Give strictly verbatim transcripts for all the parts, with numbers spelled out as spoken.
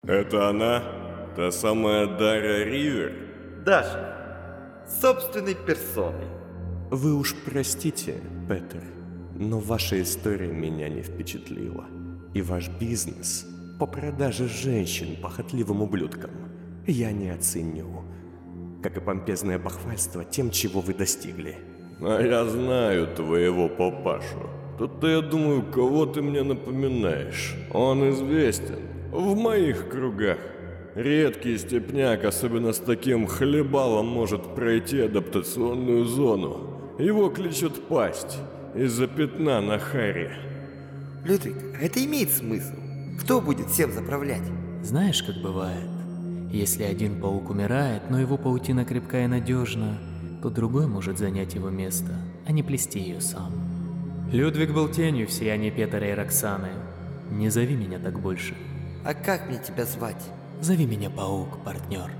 Это она? Та самая Дара Ривер? Даша, собственной персоной. Вы уж простите, Петер, но ваша история меня не впечатлила. И ваш бизнес по продаже женщин похотливым ублюдкам я не оценю. Как и помпезное бахвальство тем, чего вы достигли. А я знаю твоего папашу. Тут-то я думаю, кого ты мне напоминаешь. Он известен в моих кругах. Редкий степняк, особенно с таким хлебалом, может пройти адаптационную зону. Его кличут пасть из-за пятна на харе. Людвиг, это имеет смысл. Кто будет всем заправлять? Знаешь, как бывает? Если один паук умирает, но его паутина крепка и надежна, то другой может занять его место, а не плести ее сам. Людвиг был тенью в сиянии Петера и Роксаны. Не зови меня так больше. А как мне тебя звать? Зови меня Паук, партнер.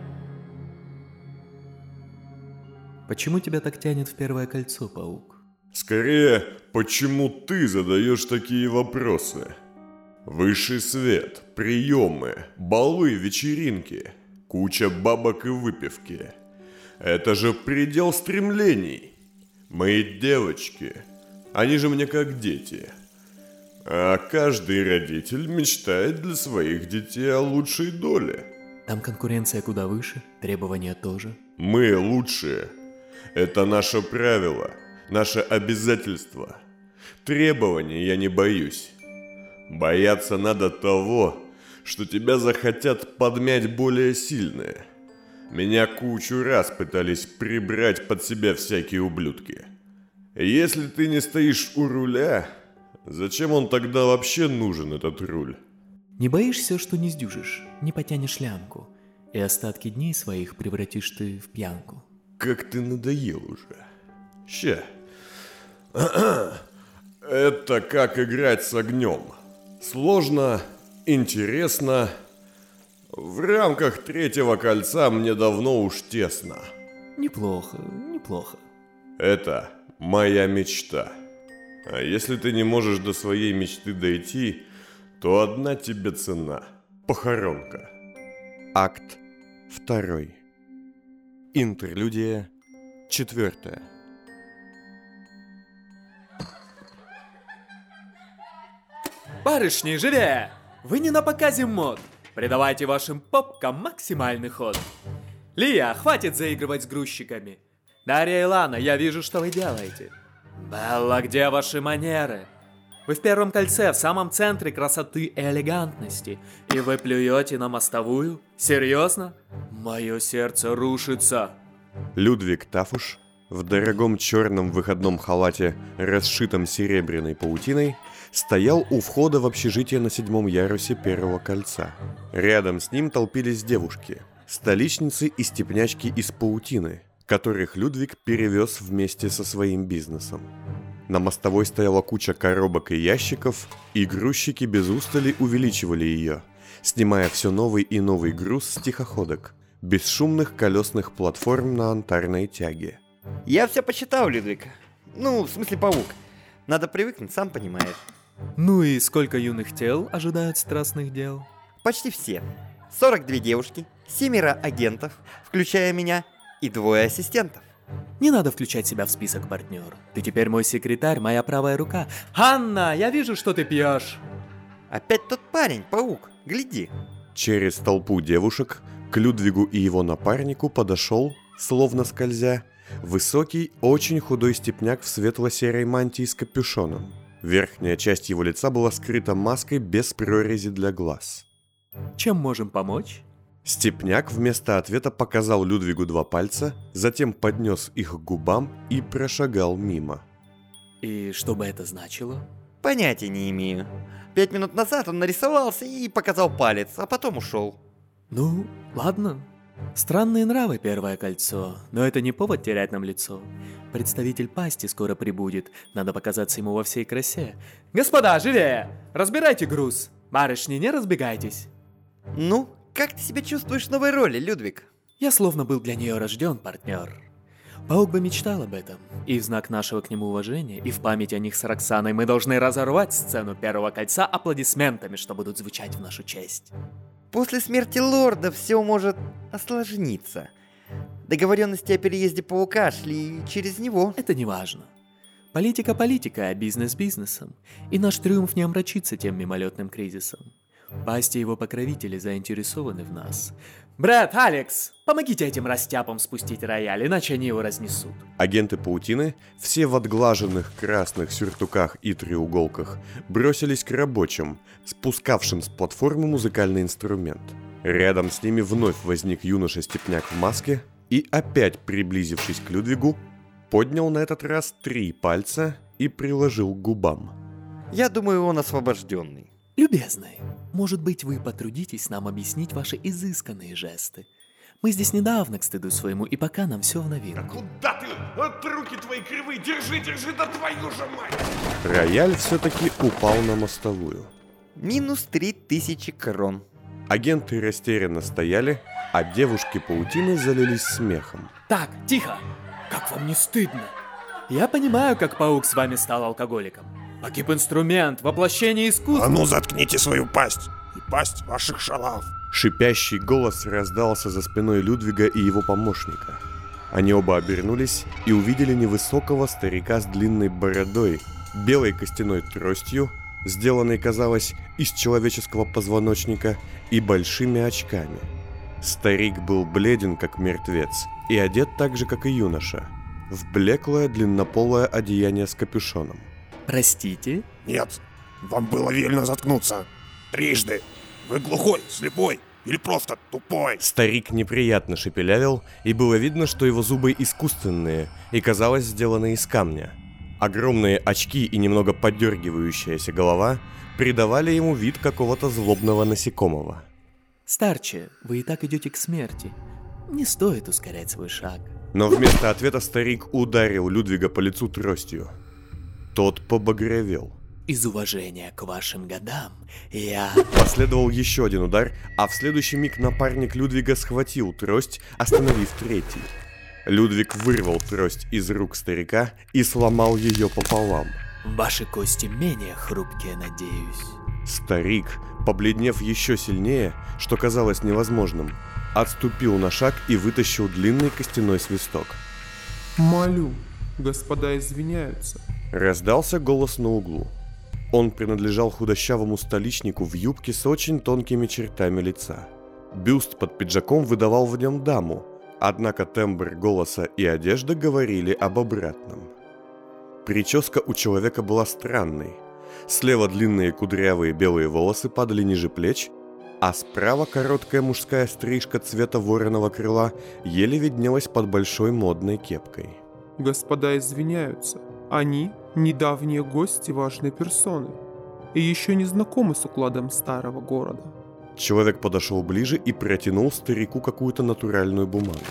Почему тебя так тянет в первое кольцо, Паук? Скорее, почему ты задаешь такие вопросы? Высший свет, приемы, балы, вечеринки, куча бабок и выпивки. Это же предел стремлений. Мои девочки, они же мне как дети. А каждый родитель мечтает для своих детей о лучшей доле. Там конкуренция куда выше, требования тоже. Мы лучшие. Это наше правило, наше обязательство. Требований я не боюсь. Бояться надо того, что тебя захотят подмять более сильные. Меня кучу раз пытались прибрать под себя всякие ублюдки. Если ты не стоишь у руля, зачем он тогда вообще нужен, этот руль? Не боишься, что не сдюжишь, не потянешь лямку, и остатки дней своих превратишь ты в пьянку? Как ты надоел уже. Ща. Это как играть с огнем. Сложно, интересно. В рамках третьего кольца мне давно уж тесно. Неплохо, неплохо. Это моя мечта. А если ты не можешь до своей мечты дойти, то одна тебе цена – похоронка. Акт второй. Интерлюдия четвертая. Барышни, живее! Вы не на показе мод. Придавайте вашим попкам максимальный ход. Лия, хватит заигрывать с грузчиками. Дарья и Лана, я вижу, что вы делаете. Белла, где ваши манеры? Вы в первом кольце, в самом центре красоты и элегантности. И вы плюете на мостовую? Серьезно? Мое сердце рушится. Людвиг Тафуш в дорогом черном выходном халате, расшитом серебряной паутиной, стоял у входа в общежитие на седьмом ярусе первого кольца. Рядом с ним толпились девушки, столичницы и степнячки из паутины, которых Людвиг перевез вместе со своим бизнесом. На мостовой стояла куча коробок и ящиков, и грузчики без устали увеличивали ее, снимая все новый и новый груз с тихоходок, бесшумных колесных платформ на антарной тяге. Я все посчитал, Людвиг. Ну, в смысле, паук. Надо привыкнуть, сам понимаешь. Ну и сколько юных тел ожидают страстных дел? Почти все. сорок две девушки, семеро агентов, включая меня, и двое ассистентов. Не надо включать себя в список, партнер. Ты теперь мой секретарь, моя правая рука. Анна, я вижу, что ты пьешь. Опять тот парень, паук, гляди. Через толпу девушек к Людвигу и его напарнику подошел, словно скользя, высокий, очень худой степняк в светло-серой мантии с капюшоном. Верхняя часть его лица была скрыта маской без прорези для глаз. Чем можем помочь? Степняк вместо ответа показал Людвигу два пальца, затем поднес их к губам и прошагал мимо. И что бы это значило? Понятия не имею. Пять минут назад он нарисовался и показал палец, а потом ушел. Ну, ладно. Странные нравы, первое кольцо, но это не повод терять нам лицо. Представитель пасти скоро прибудет, надо показаться ему во всей красе. Господа, живее! Разбирайте груз. Барышни, не разбегайтесь. Ну, как ты себя чувствуешь в новой роли, Людвиг? Я словно был для нее рожден, партнер. Паук бы мечтал об этом. И в знак нашего к нему уважения, и в память о них с Роксаной мы должны разорвать сцену первого кольца аплодисментами, что будут звучать в нашу честь. После смерти лорда все может осложниться. Договоренности о переезде паука шли через него. Это не важно. Политика политика, а бизнес бизнесом. И наш триумф не омрачится тем мимолетным кризисом. Пасти и его покровители заинтересованы в нас. Брэд, Алекс, помогите этим растяпам спустить рояль, иначе они его разнесут. Агенты паутины, все в отглаженных красных сюртуках и треуголках, бросились к рабочим, спускавшим с платформы музыкальный инструмент. Рядом с ними вновь возник юноша-степняк в маске и, опять приблизившись к Людвигу, поднял на этот раз три пальца и приложил к губам. Я думаю, он освобожденный. Любезный, может быть, вы потрудитесь нам объяснить ваши изысканные жесты. Мы здесь недавно, к стыду своему, и пока нам все в новинку. Куда ты? Вот руки твои кривые, держи, держи, да твою же мать! Рояль все-таки упал на мостовую. Минус три тысячи крон. Агенты растерянно стояли, а девушки-паутины залились смехом. Так, тихо! Как вам не стыдно? Я понимаю, как паук с вами стал алкоголиком. Погиб инструмент, воплощение искусства. А ну заткните свою пасть и пасть ваших шалав. Шипящий голос раздался за спиной Людвига и его помощника. Они оба обернулись и увидели невысокого старика с длинной бородой, белой костяной тростью, сделанной, казалось, из человеческого позвоночника, и большими очками. Старик был бледен, как мертвец, и одет так же, как и юноша, в блеклое длиннополое одеяние с капюшоном. Простите? Нет, вам было велено заткнуться. Трижды. Вы глухой, слепой или просто тупой. Старик неприятно шепелявил, и было видно, что его зубы искусственные и, казалось, сделаны из камня. Огромные очки и немного подергивающаяся голова придавали ему вид какого-то злобного насекомого. Старче, вы и так идете к смерти. Не стоит ускорять свой шаг. Но вместо ответа старик ударил Людвига по лицу тростью. Тот побагровел. Из уважения к вашим годам я... Последовал еще один удар, а в следующий миг напарник Людвига схватил трость, остановив третий. Людвиг вырвал трость из рук старика и сломал ее пополам. Ваши кости менее хрупкие, надеюсь. Старик, побледнев еще сильнее, что казалось невозможным, отступил на шаг и вытащил длинный костяной свисток. «Молю, господа извиняются». Раздался голос на углу. Он принадлежал худощавому столичнику в юбке с очень тонкими чертами лица. Бюст под пиджаком выдавал в нем даму, однако тембр голоса и одежда говорили об обратном. Прическа у человека была странной. Слева длинные кудрявые белые волосы падали ниже плеч, а справа короткая мужская стрижка цвета вороного крыла еле виднелась под большой модной кепкой. Господа извиняются. Они недавние гости важной персоны и еще не знакомы с укладом старого города. Человек подошел ближе и протянул старику какую-то натуральную бумагу.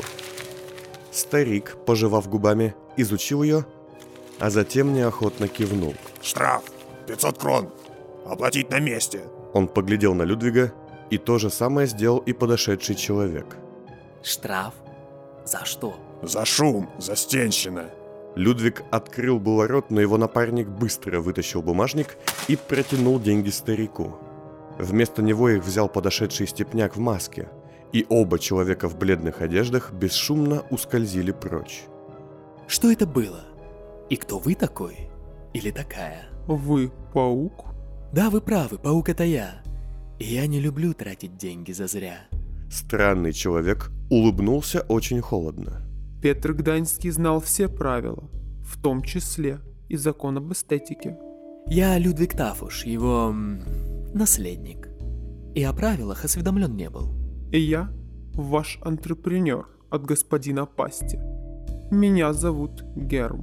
Старик, пожевав губами, изучил ее, а затем неохотно кивнул. Штраф пятьсот крон. Оплатить на месте. Он поглядел на Людвига, и то же самое сделал и подошедший человек. Штраф? За что? За шум, застенщина. Людвиг открыл было рот, но его напарник быстро вытащил бумажник и протянул деньги старику. Вместо него их взял подошедший степняк в маске, и оба человека в бледных одеждах бесшумно ускользили прочь. Что это было? И кто вы такой? Или такая? Вы паук? Да, вы правы, паук это я. И я не люблю тратить деньги зазря. Странный человек улыбнулся очень холодно. Петр Гданьский знал все правила, в том числе и закон об эстетике. Я Людвиг Тафуш, его м, наследник. И о правилах осведомлен не был. И я ваш антрепренер от господина Пасти. Меня зовут Герм.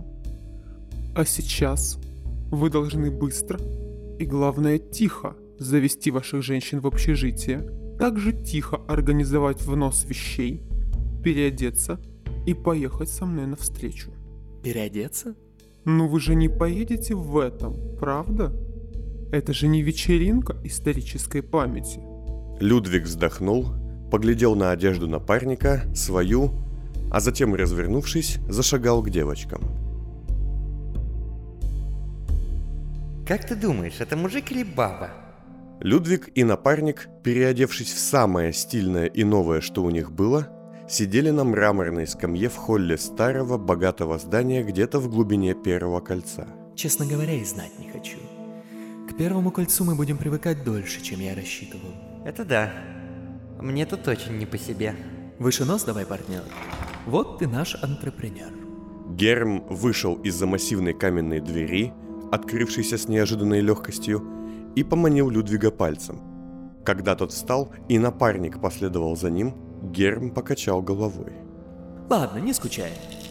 А сейчас вы должны быстро и, главное, тихо завести ваших женщин в общежитие, также тихо организовать внос вещей, переодеться и поехать со мной навстречу. Переодеться? Ну вы же не поедете в этом, правда? Это же не вечеринка исторической памяти. Людвиг вздохнул, поглядел на одежду напарника, свою, а затем, развернувшись, зашагал к девочкам. Как ты думаешь, это мужик или баба? Людвиг и напарник, переодевшись в самое стильное и новое, что у них было, сидели на мраморной скамье в холле старого, богатого здания где-то в глубине Первого кольца. Честно говоря, и знать не хочу. К Первому кольцу мы будем привыкать дольше, чем я рассчитывал. Это да. Мне тут очень не по себе. Выше нос давай, партнер. Вот ты наш антрепренер. Герм вышел из-за массивной каменной двери, открывшейся с неожиданной легкостью, и поманил Людвига пальцем. Когда тот встал и напарник последовал за ним, Герм покачал головой. Ладно, не скучай.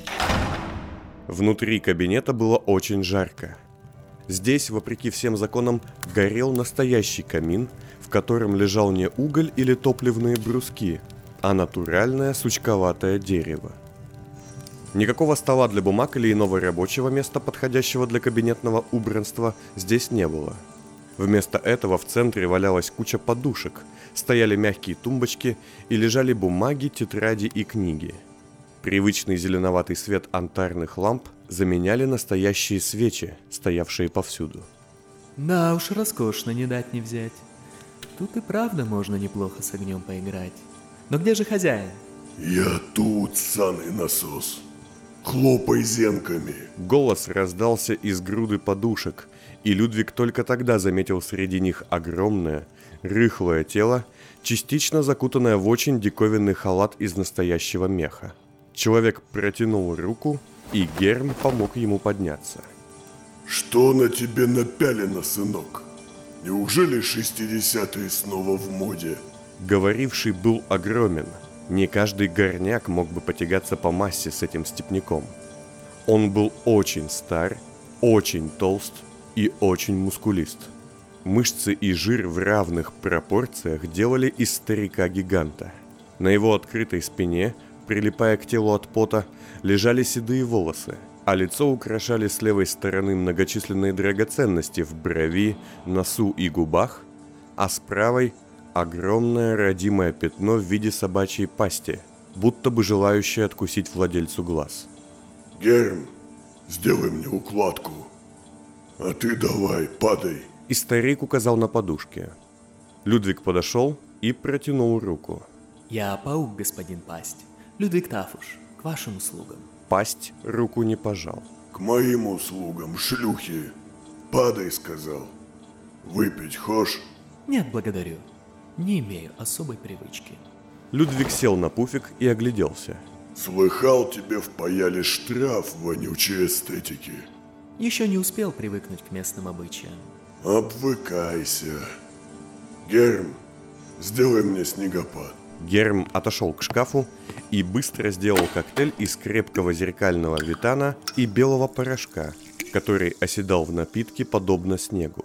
Внутри кабинета было очень жарко. Здесь, вопреки всем законам, горел настоящий камин, в котором лежал не уголь или топливные бруски, а натуральное сучковатое дерево. Никакого стола для бумаг или иного рабочего места, подходящего для кабинетного убранства, здесь не было. Вместо этого в центре валялась куча подушек, стояли мягкие тумбочки и лежали бумаги, тетради и книги. Привычный зеленоватый свет антарных ламп заменяли настоящие свечи, стоявшие повсюду. Да уж, роскошно, не дать не взять. Тут и правда можно неплохо с огнем поиграть. Но где же хозяин? Я тут, саный насос. Хлопай зенками. Голос раздался из груды подушек, и Людвиг только тогда заметил среди них огромное, рыхлое тело, частично закутанное в очень диковинный халат из настоящего меха. Человек протянул руку, и Герм помог ему подняться. Что на тебе напялено, сынок? Неужели шестидесятые снова в моде? Говоривший был огромен. Не каждый горняк мог бы потягаться по массе с этим степняком. Он был очень стар, очень толст и очень мускулист. Мышцы и жир в равных пропорциях делали из старика гиганта. На его открытой спине, прилипая к телу от пота, лежали седые волосы, а лицо украшали с левой стороны многочисленные драгоценности в брови, носу и губах, а с правой – огромное родимое пятно в виде собачьей пасти, будто бы желающее откусить владельцу глаз. Герм, сделай мне укладку. А ты давай, падай. И старик указал на подушке. Людвиг подошел и протянул руку. Я паук, господин Пасть. Людвиг Тафуш, к вашим услугам. Пасть руку не пожал. К моим услугам, шлюхи. Падай, сказал. Выпить хошь? Нет, благодарю. Не имею особой привычки. Людвиг сел на пуфик и огляделся. Слыхал, тебе впаяли штраф вонючей эстетики. Еще не успел привыкнуть к местным обычаям. Обвыкайся. Герм, сделай мне снегопад. Герм отошел к шкафу и быстро сделал коктейль из крепкого зеркального витана и белого порошка, который оседал в напитке подобно снегу.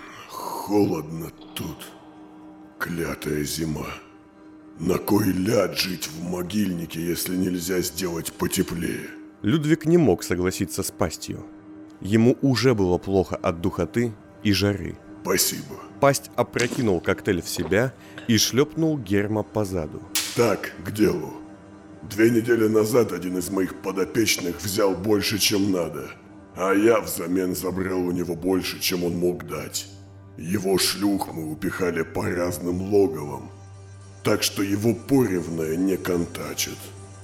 Холодно тут. Клятая зима. На кой ляд жить в могильнике, если нельзя сделать потеплее? Людвиг не мог согласиться с Пастью. Ему уже было плохо от духоты и жары. Спасибо. Пасть опрокинул коктейль в себя и шлепнул Герма по заду. Так, к делу. Две недели назад один из моих подопечных взял больше, чем надо, а я взамен забрал у него больше, чем он мог дать. Его шлюх мы упихали по разным логовам, так что его поревная не контачит.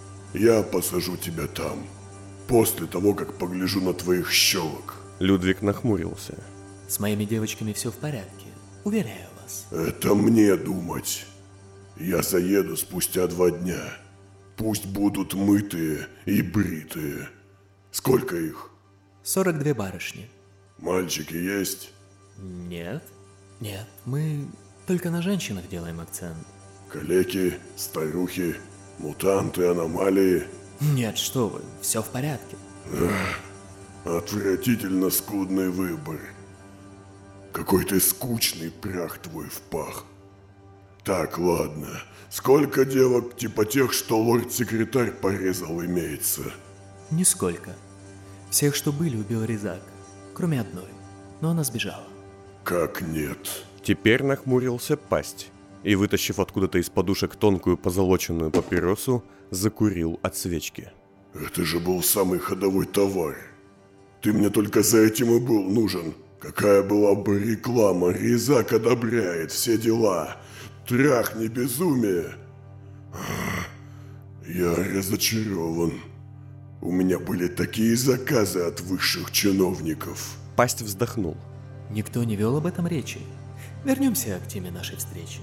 Я посажу тебя там, после того, как погляжу на твоих щелок. Людвиг нахмурился. С моими девочками все в порядке, уверяю вас. Это мне думать. Я заеду спустя два дня. Пусть будут мытые и бритые. Сколько их? сорок две барышни. Мальчики есть? Нет. Нет, мы только на женщинах делаем акцент. Калеки, старухи, мутанты, аномалии. Нет, что вы, все в порядке. Ах, отвратительно скудный выбор. Какой ты скучный прах твой в пах. Так, ладно. Сколько девок типа тех, что лорд-секретарь порезал, имеется? Нисколько. Всех, что были, убил Резак. Кроме одной. Но она сбежала. Как нет? Теперь нахмурился Пасть и, вытащив откуда-то из подушек тонкую позолоченную папиросу, закурил от свечки. Это же был самый ходовой товар. Ты мне только за этим и был нужен. Какая была бы реклама, Резак одобряет все дела. Трахни безумие. Я разочарован. У меня были такие заказы от высших чиновников. Пасть вздохнул. Никто не вел об этом речи. Вернемся к теме нашей встречи.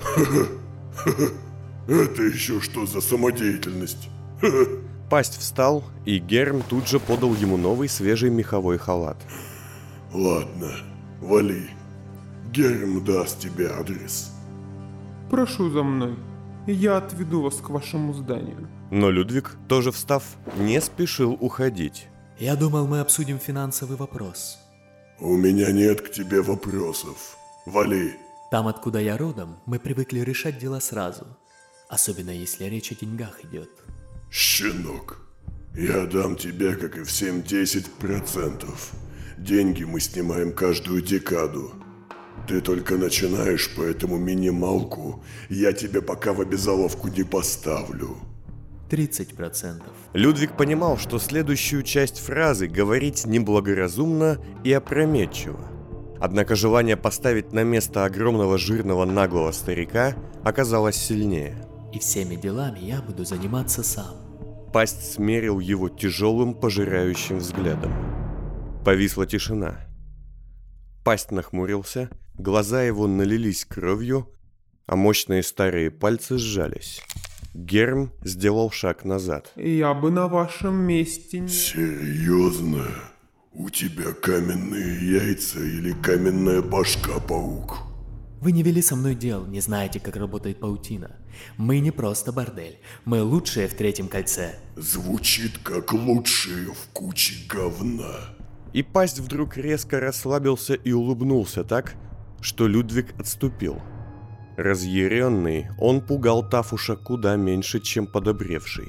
Это еще что за самодеятельность? Пасть встал, и Герм тут же подал ему новый свежий меховой халат. Ладно, вали. Герм даст тебе адрес. Прошу за мной. Я отведу вас к вашему зданию. Но Людвиг, тоже встав, не спешил уходить. Я думал, мы обсудим финансовый вопрос. У меня нет к тебе вопросов. Вали. Там, откуда я родом, мы привыкли решать дела сразу. Особенно если речь о деньгах идет. Щенок, я дам тебе, как и всем, десять процентов. Деньги мы снимаем каждую декаду. Ты только начинаешь, поэтому минималку я тебе пока в обязаловку не поставлю. тридцать процентов. Людвиг понимал, что следующую часть фразы говорить неблагоразумно и опрометчиво. Однако желание поставить на место огромного жирного наглого старика оказалось сильнее. И всеми делами я буду заниматься сам. Пасть смерил его тяжелым пожирающим взглядом. Повисла тишина. Пасть нахмурился, глаза его налились кровью, а мощные старые пальцы сжались. Герм сделал шаг назад. Я бы на вашем месте не... Серьезно? У тебя каменные яйца или каменная башка, паук? Вы не вели со мной дел, не знаете, как работает паутина. Мы не просто бордель, мы лучшие в третьем кольце. Звучит как лучшие в куче говна. И Пасть вдруг резко расслабился и улыбнулся так, что Людвиг отступил. Разъяренный, он пугал Тафуша куда меньше, чем подобревший.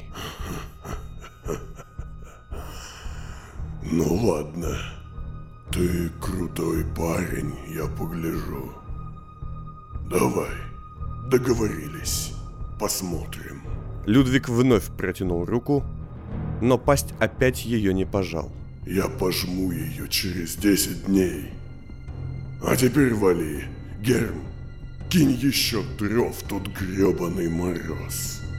Ну ладно, ты крутой парень, я погляжу. Давай, договорились, посмотрим. Людвиг вновь протянул руку, но Пасть опять ее не пожал. Я пожму ее через десять дней. А теперь вали, Герм, кинь еще дров, тут гребаный мороз.